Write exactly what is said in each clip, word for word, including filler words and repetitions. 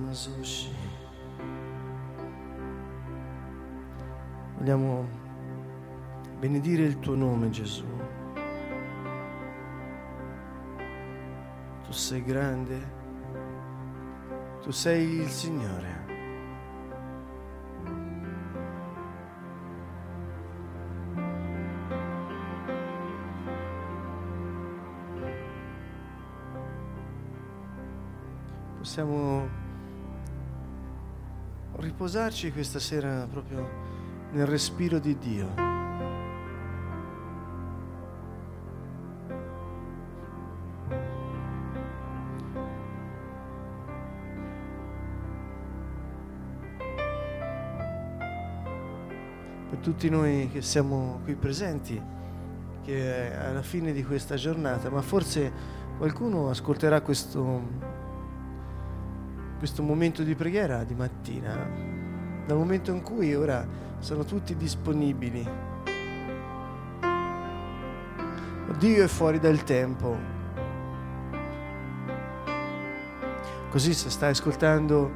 Mazushi. Vogliamo benedire il tuo nome, Gesù. Tu sei grande, tu sei il Signore. Possiamo riposarci questa sera proprio nel respiro di Dio. Per tutti noi che siamo qui presenti, che è alla fine di questa giornata, ma forse qualcuno ascolterà questo questo momento di preghiera di mattina, dal momento in cui ora sono tutti disponibili. Dio è fuori dal tempo. Così, se stai ascoltando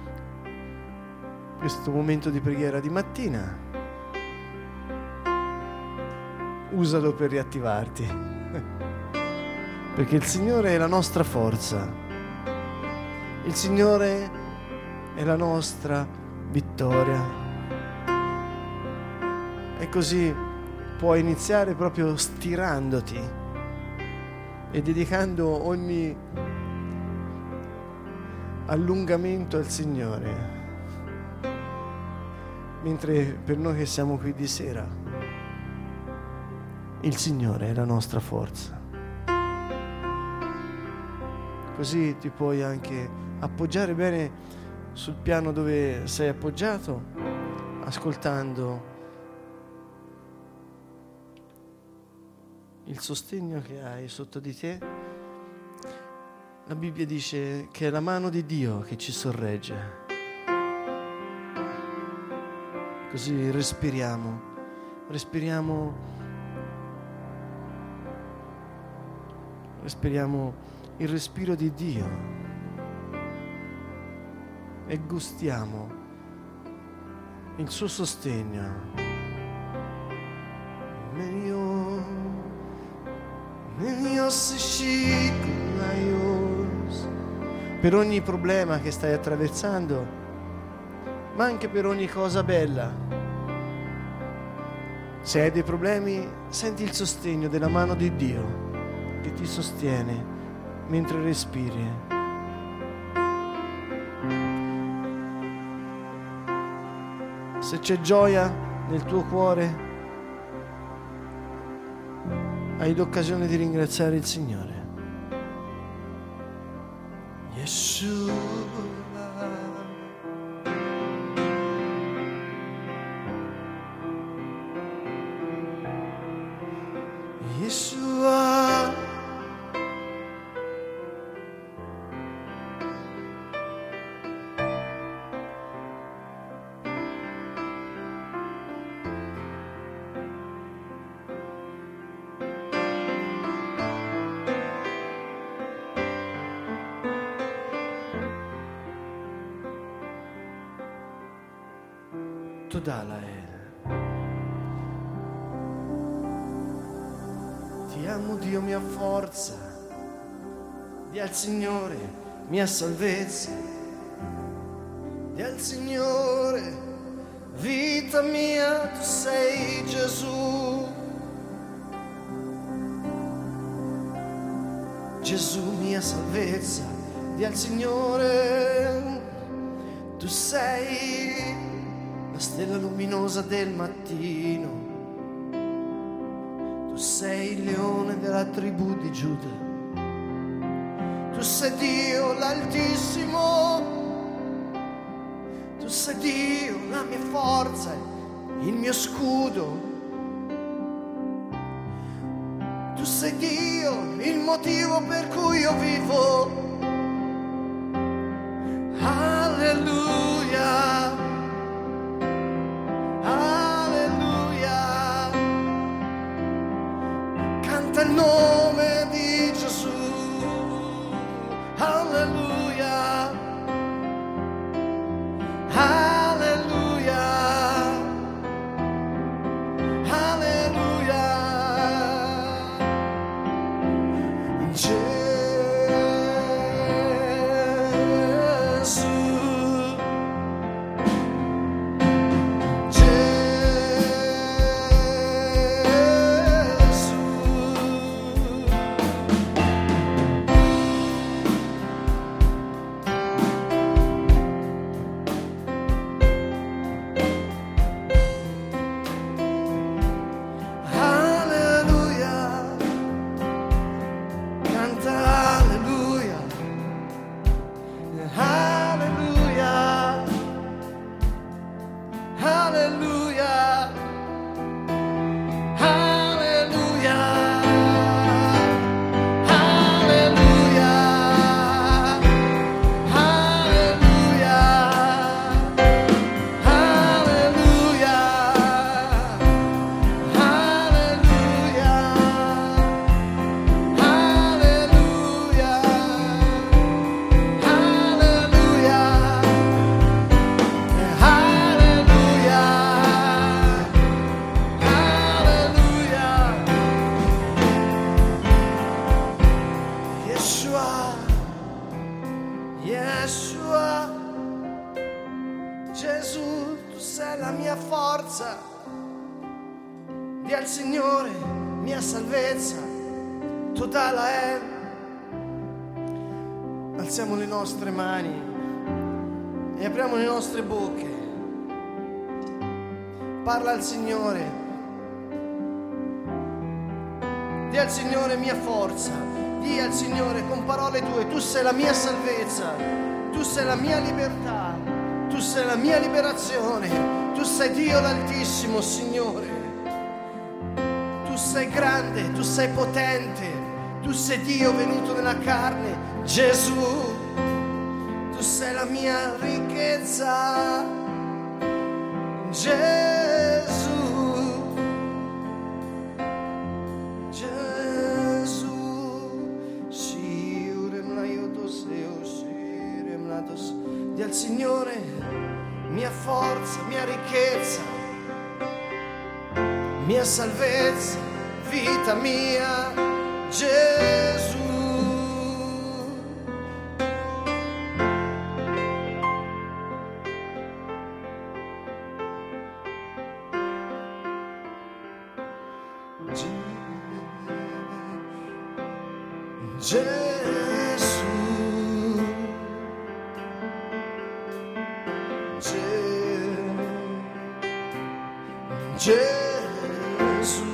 questo momento di preghiera di mattina, usalo per riattivarti, perché il Signore è la nostra forza. Il Signore è la nostra vittoria. E così puoi iniziare proprio stirandoti e dedicando ogni allungamento al Signore. Mentre per noi che siamo qui di sera, il Signore è la nostra forza. Così ti puoi anche appoggiare bene sul piano dove sei appoggiato, ascoltando il sostegno che hai sotto di te. La Bibbia dice che è la mano di Dio che ci sorregge. Così respiriamo, respiriamo, respiriamo il respiro di Dio e gustiamo il suo sostegno. Per ogni problema che stai attraversando, ma anche per ogni cosa bella. Se hai dei problemi, senti il sostegno della mano di Dio che ti sostiene mentre respiri. Se c'è gioia nel tuo cuore, hai l'occasione di ringraziare il Signore. Yeshua, Yeshua, ti amo Dio mia forza, di al Signore mia salvezza, di al Signore vita mia, tu sei Gesù, Gesù mia salvezza, di al Signore, tu sei la stella luminosa del mattino, tu sei il leone della tribù di Giuda, tu sei Dio l'Altissimo, tu sei Dio la mia forza, il mio scudo, tu sei Dio il motivo per cui io vivo. Alleluia. Il nome di Gesù, alleluia, Yeshua, Gesù, tu sei la mia forza. Dì al Signore, mia salvezza, totale è. Alziamo le nostre mani e apriamo le nostre bocche. Parla al Signore. Dì al Signore mia forza. Dì al Signore con parole tue, tu sei la mia salvezza, tu sei la mia libertà, tu sei la mia liberazione, tu sei Dio l'Altissimo, Signore. Tu sei grande, tu sei potente, tu sei Dio venuto nella carne, Gesù. Tu sei la mia ricchezza, Gesù. Gesù. Dì al Signore mia forza, mia ricchezza, mia salvezza, vita mia, Gesù. Gesù, Gesù,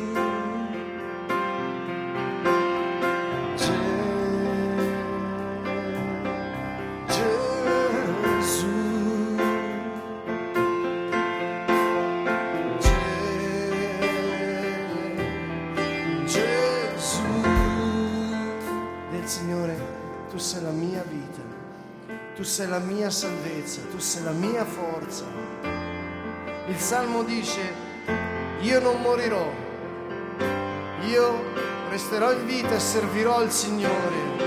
Signore, tu sei la mia vita, tu sei la mia salvezza, tu sei la mia forza. Il Salmo dice: io non morirò, io resterò in vita e servirò il Signore.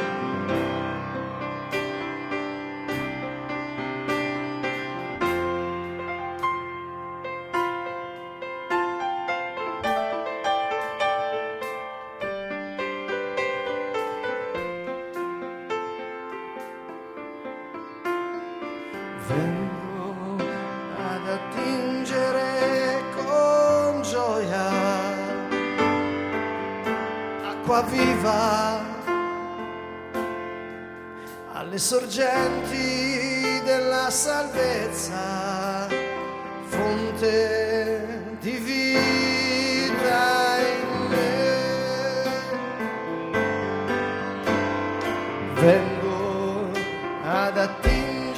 Vengo ad attingere con gioia acqua viva alle sorgenti della salvezza, fonte di vita in me. Vengo ad attingere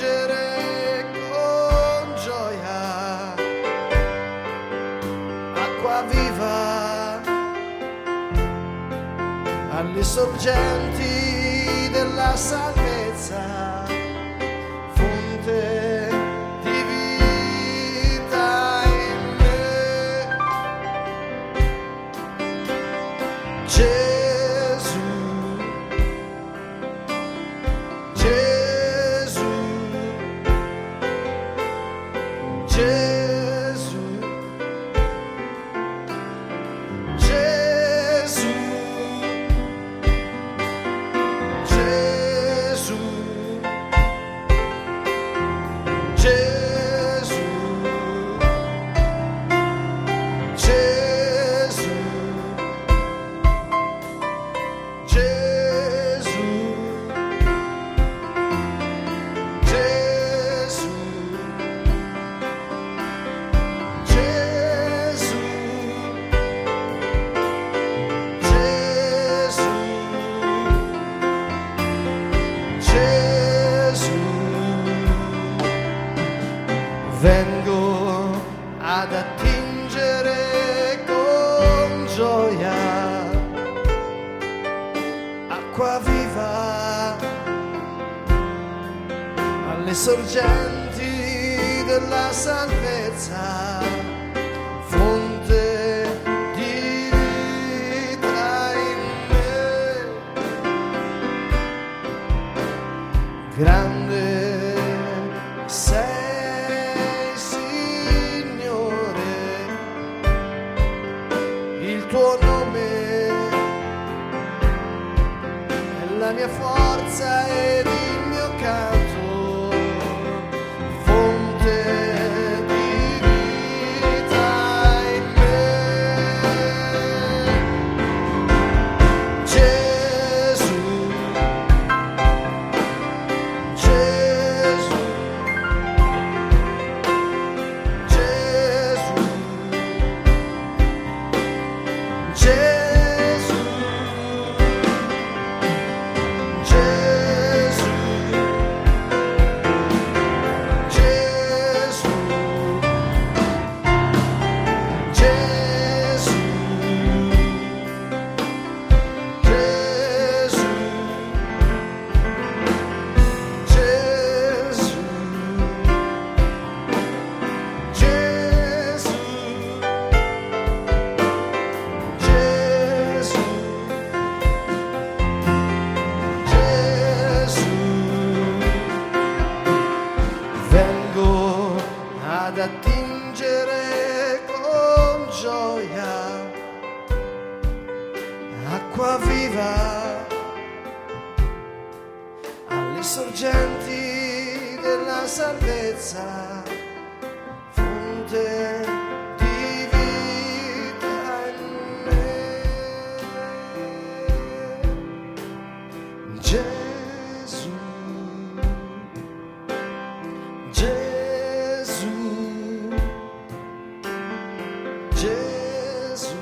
alle sorgenti della salvezza, fonte di vita in me. Gesù, Gesù, Gesù. Vengo ad attingere con gioia acqua viva alle sorgenti della salvezza, fonte di vita in me. Grande sei, tuo nome è la mia forza ed il mio canto. attingere con gioia acqua viva alle sorgenti della salvezza, fonte di vita in me. Gesù, Gesù, Gesù,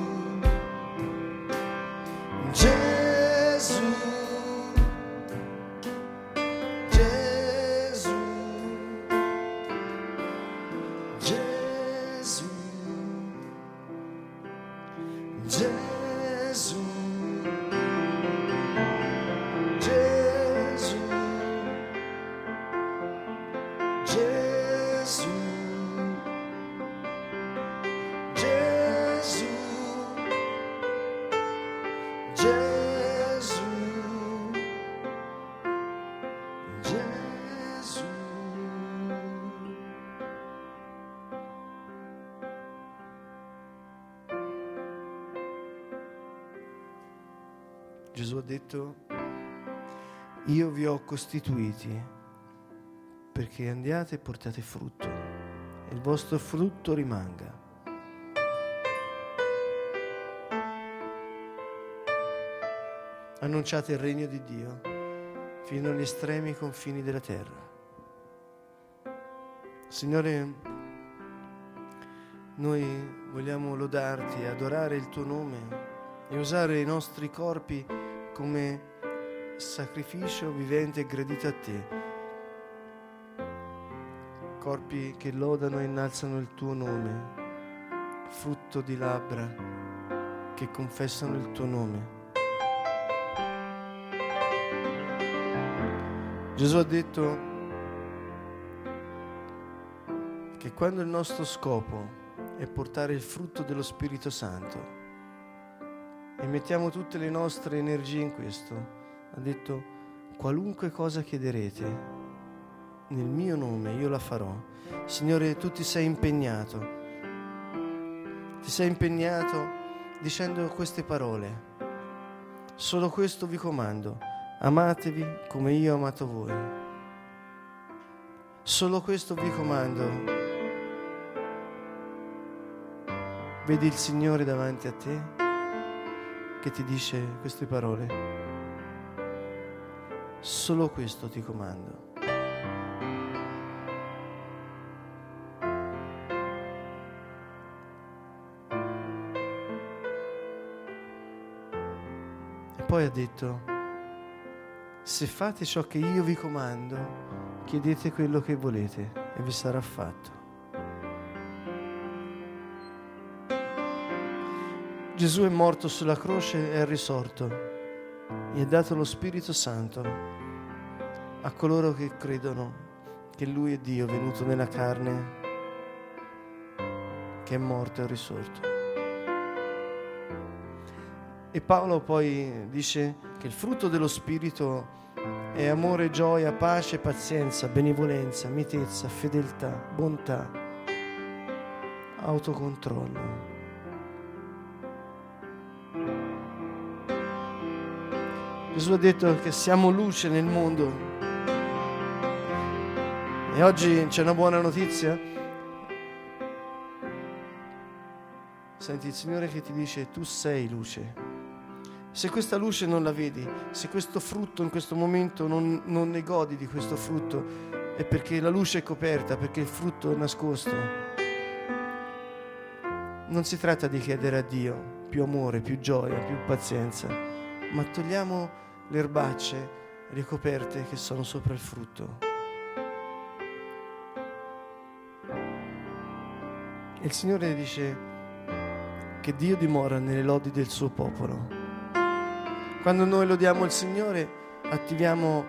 Gesù, Gesù, Gesù, Gesù, Gesù, Gesù, Gesù, Gesù, Gesù. Gesù ha detto: io vi ho costituiti perché andiate e portate frutto e il vostro frutto rimanga. Annunciate il regno di Dio fino agli estremi confini della terra. Signore, noi vogliamo lodarti, adorare il tuo nome e usare i nostri corpi come sacrificio vivente e gradito a te. Corpi che lodano e innalzano il tuo nome, frutto di labbra che confessano il tuo nome. Gesù ha detto che quando il nostro scopo è portare il frutto dello Spirito Santo e mettiamo tutte le nostre energie in questo, ha detto: qualunque cosa chiederete nel mio nome io la farò. Signore, tu ti sei impegnato, ti sei impegnato dicendo queste parole: solo questo vi comando, amatevi come io ho amato voi. Solo questo vi comando. Vedi il Signore davanti a te che ti dice queste parole: solo questo ti comando. E poi ha detto: se fate ciò che io vi comando, chiedete quello che volete e vi sarà fatto. Gesù è morto sulla croce e è risorto e ha dato lo Spirito Santo a coloro che credono che Lui è Dio venuto nella carne, che è morto e è risorto. E Paolo poi dice che il frutto dello Spirito è amore, gioia, pace, pazienza, benevolenza, mitezza, fedeltà, bontà, autocontrollo. Gesù ha detto che siamo luce nel mondo. E oggi c'è una buona notizia. Senti il Signore che ti dice: tu sei luce. Se questa luce non la vedi, se questo frutto in questo momento non, non ne godi di questo frutto, è perché la luce è coperta, perché il frutto è nascosto. Non si tratta di chiedere a Dio più amore, più gioia, più pazienza, ma togliamo le erbacce ricoperte che sono sopra il frutto. E il Signore dice che Dio dimora nelle lodi del suo popolo. Quando noi lodiamo il Signore, attiviamo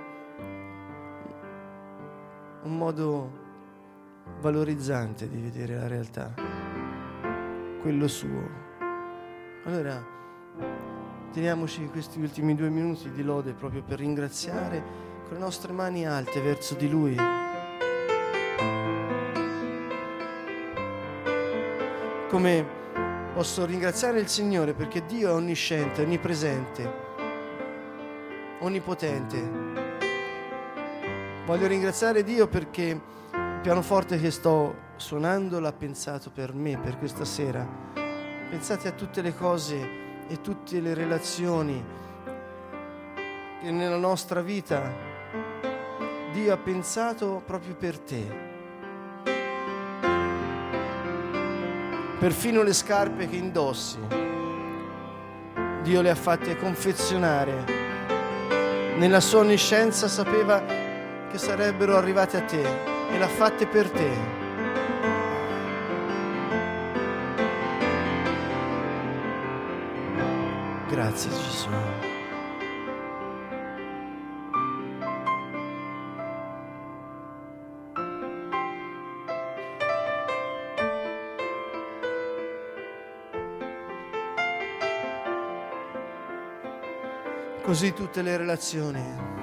un modo valorizzante di vedere la realtà, quello suo. Allora, teniamoci questi ultimi due minuti di lode proprio per ringraziare con le nostre mani alte verso di Lui. come posso ringraziare il Signore perché Dio è onnisciente, onnipresente, onnipotente. Voglio ringraziare Dio perché il pianoforte che sto suonando l'ha pensato per me, per questa sera. Pensate a tutte le cose e tutte le relazioni che nella nostra vita Dio ha pensato proprio per te. Perfino le scarpe che indossi, Dio le ha fatte confezionare. Nella sua onniscienza sapeva che sarebbero arrivate a te e l'ha fatte per te. Grazie Gesù. Così tutte le relazioni